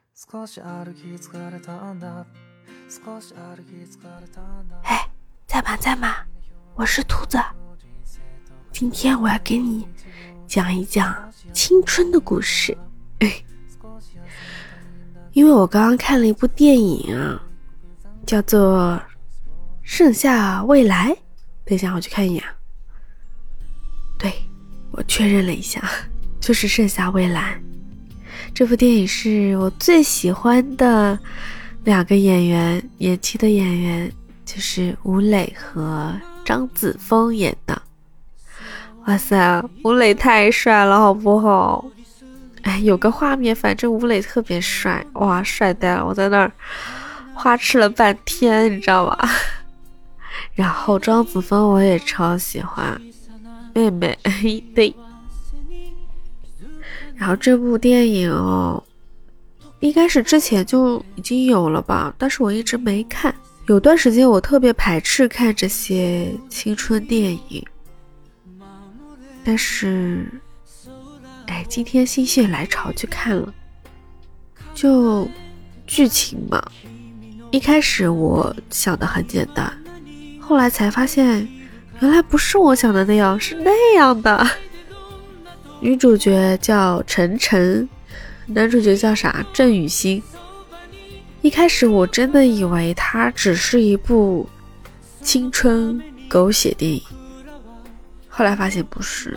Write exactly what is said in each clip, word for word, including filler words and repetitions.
哎，在吗在吗？我是兔子。今天我要给你讲一讲青春的故事。因为我刚刚看了一部电影啊，叫做《盛夏未来》。等一下我去看一眼。对，我确认了一下，就是《盛夏未来》。这部电影是我最喜欢的两个演员，年轻的演员，就是吴磊和张子枫演的。哇塞，吴磊太帅了好不好？哎，有个画面反正吴磊特别帅，哇，帅呆了，我在那儿花痴了半天，你知道吧？然后张子枫我也超喜欢，妹妹，对。然后这部电影哦，应该是之前就已经有了吧，但是我一直没看。有段时间我特别排斥看这些青春电影，但是哎，今天心血来潮去看了。就剧情嘛，一开始我想的很简单，后来才发现原来不是我想的那样，是那样的。女主角叫陈晨，男主角叫啥？郑雨欣。一开始我真的以为它只是一部青春狗血电影，后来发现不是。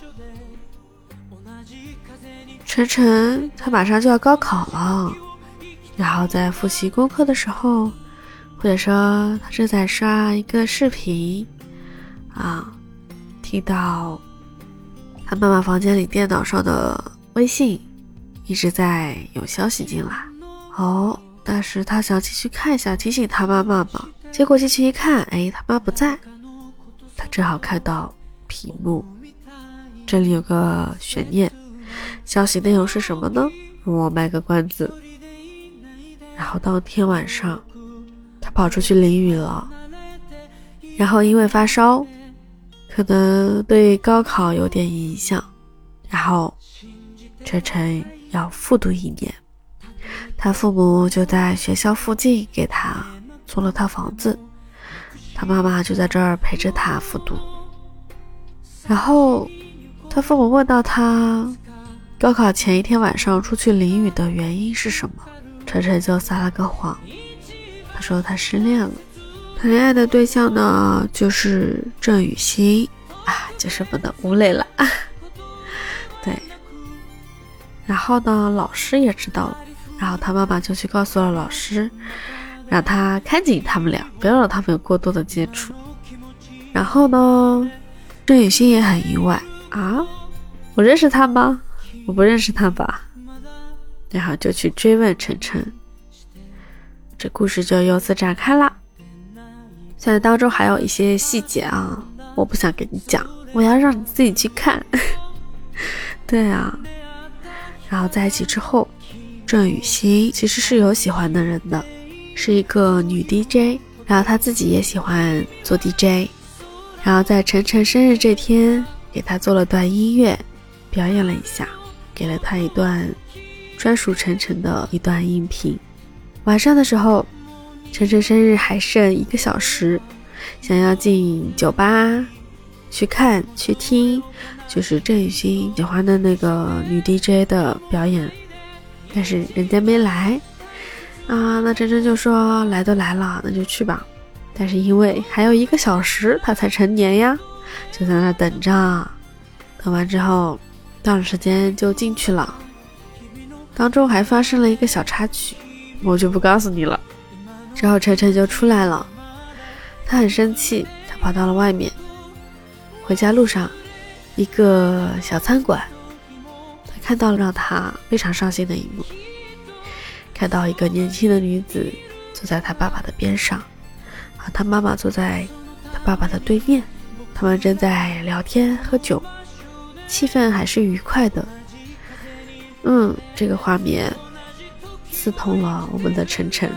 晨晨他马上就要高考了，然后在复习功课的时候，或者说他正在刷一个视频啊，听到他妈妈房间里电脑上的微信一直在有消息进来哦，但是他想进去看一下，提醒他妈妈嘛。结果进去一看，哎，他妈不在。他正好看到屏幕，这里有个悬念，消息内容是什么呢？我卖个关子。然后当天晚上，他跑出去淋雨了，然后因为发烧，可能对高考有点影响，然后晨晨要复读一年。他父母就在学校附近给他租了套房子，他妈妈就在这儿陪着他复读。然后他父母问到他高考前一天晚上出去淋雨的原因是什么，晨晨就撒了个谎，他说他失恋了，谈恋爱的对象呢就是郑雨欣啊，就是我的吴磊了啊。对，然后呢老师也知道了，然后他妈妈就去告诉了老师，让他看紧他们俩，不要让他们有过多的接触。然后呢郑雨欣也很意外啊，我认识他吗？我不认识他吧。然后就去追问晨晨，这故事就由此展开啦。虽然当中还有一些细节啊，我不想跟你讲，我要让你自己去看。对啊，然后在一起之后，郑雨欣其实是有喜欢的人的，是一个女 D J， 然后她自己也喜欢做 D J， 然后在晨晨生日这天给她做了段音乐，表演了一下，给了她一段专属晨晨的一段音频。晚上的时候，晨晨生日还剩一个小时，想要进酒吧去看去听，就是郑雨欣喜欢的那个女 D J 的表演，但是人家没来啊。那晨晨就说来都来了，那就去吧。但是因为还有一个小时他才成年呀，就在那等着。等完之后到了时间就进去了，当中还发生了一个小插曲，我就不告诉你了。之后晨晨就出来了，他很生气，他跑到了外面。回家路上一个小餐馆，他看到了让他非常伤心的一幕，看到一个年轻的女子坐在他爸爸的边上，和他妈妈坐在他爸爸的对面，他们正在聊天喝酒，气氛还是愉快的。嗯，这个画面刺痛了我们的晨晨。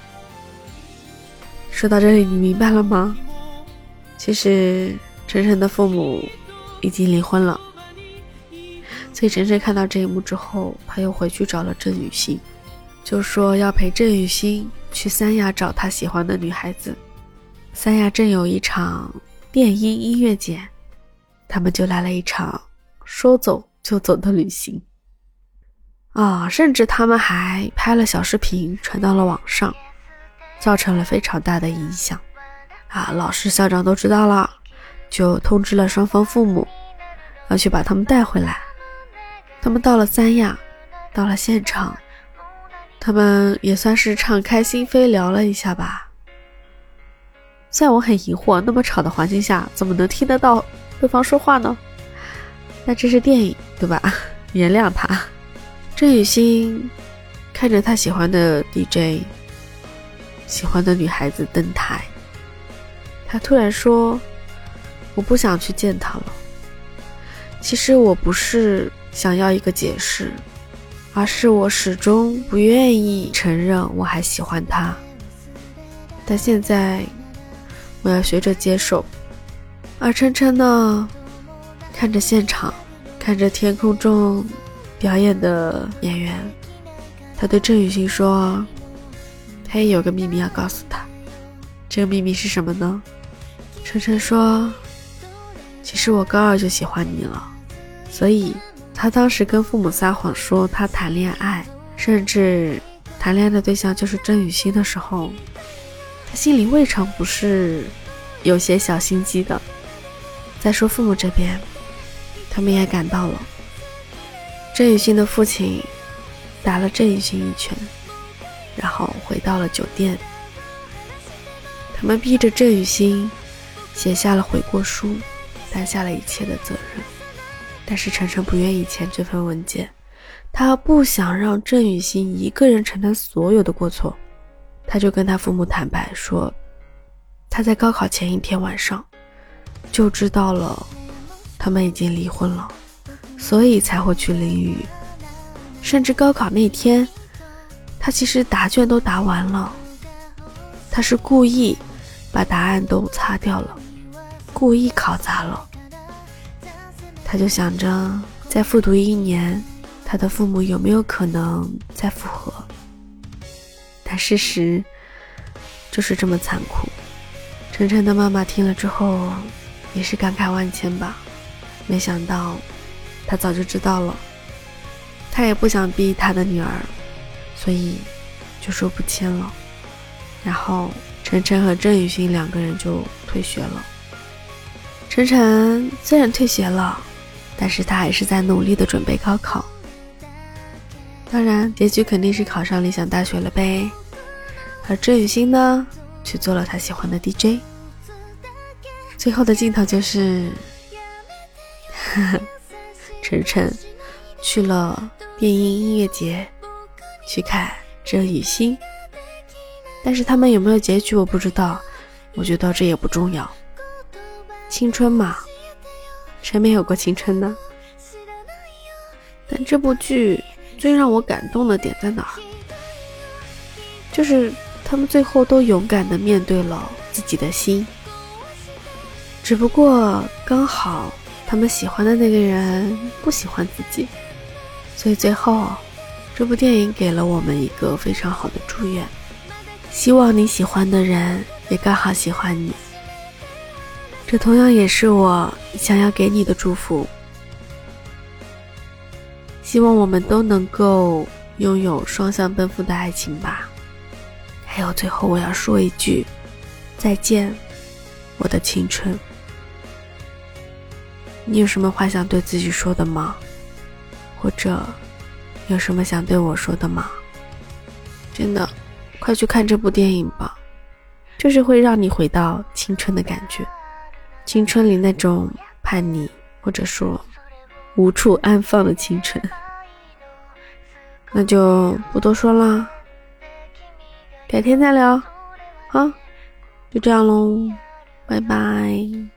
说到这里你明白了吗？其实晨晨的父母已经离婚了，所以晨晨看到这一幕之后，他又回去找了郑雨欣， 就说要陪郑雨欣去三亚找他喜欢的女孩子。三亚正有一场电音音乐节，他们就来了一场说走就走的旅行啊，甚至他们还拍了小视频传到了网上，造成了非常大的影响啊！老师校长都知道了，就通知了双方父母要去把他们带回来。他们到了三亚，到了现场，他们也算是敞开心扉聊了一下吧。虽然我很疑惑，那么吵的环境下怎么能听得到对方说话呢？但这是电影，对吧？原谅他。郑雨欣看着他喜欢的 D J， 喜欢的女孩子登台，他突然说，我不想去见他了。其实我不是想要一个解释，而是我始终不愿意承认我还喜欢他。但现在我要学着接受。而琛琛呢，看着现场，看着天空中表演的演员，他对郑雨欣说，他也有个秘密要告诉他。这个秘密是什么呢？琛琛说，其实我高二就喜欢你了，所以他当时跟父母撒谎说他谈恋爱，甚至谈恋爱的对象就是郑雨欣的时候，他心里未尝不是有些小心机的。再说父母这边，他们也赶到了。郑雨欣的父亲打了郑雨欣一拳，然后回到了酒店。他们逼着郑雨欣写下了悔过书，担下了一切的责任。但是琛琛不愿意签这份文件，他不想让郑雨欣一个人承担所有的过错。他就跟他父母坦白说，他在高考前一天晚上就知道了他们已经离婚了，所以才会去淋雨。甚至高考那天，他其实答卷都答完了，他是故意把答案都擦掉了，故意考砸了。他就想着再复读一年，他的父母有没有可能再复合。但事实就是这么残酷。琛琛的妈妈听了之后也是感慨万千吧，没想到她早就知道了，她也不想逼她的女儿，所以就说不签了。然后琛琛和郑雨欣两个人就退学了。琛琛虽然退学了，但是她还是在努力的准备高考。当然结局肯定是考上理想大学了呗。而郑雨欣呢，去做了她喜欢的 D J。 最后的镜头就是呵呵琛琛去了电音音乐节去看郑雨欣。但是他们有没有结局我不知道，我觉得这也不重要。青春嘛，谁没有过青春呢？但这部剧最让我感动的点在哪儿？就是他们最后都勇敢地面对了自己的心，只不过刚好他们喜欢的那个人不喜欢自己，所以最后这部电影给了我们一个非常好的祝愿，希望你喜欢的人也刚好喜欢你。这同样也是我想要给你的祝福，希望我们都能够拥有双向奔赴的爱情吧。还有最后我要说一句，再见我的青春。你有什么话想对自己说的吗？或者有什么想对我说的吗？真的快去看这部电影吧，就是会让你回到青春的感觉，青春里那种叛逆或者说无处安放的青春。那就不多说啦，改天再聊啊，就这样咯，拜拜。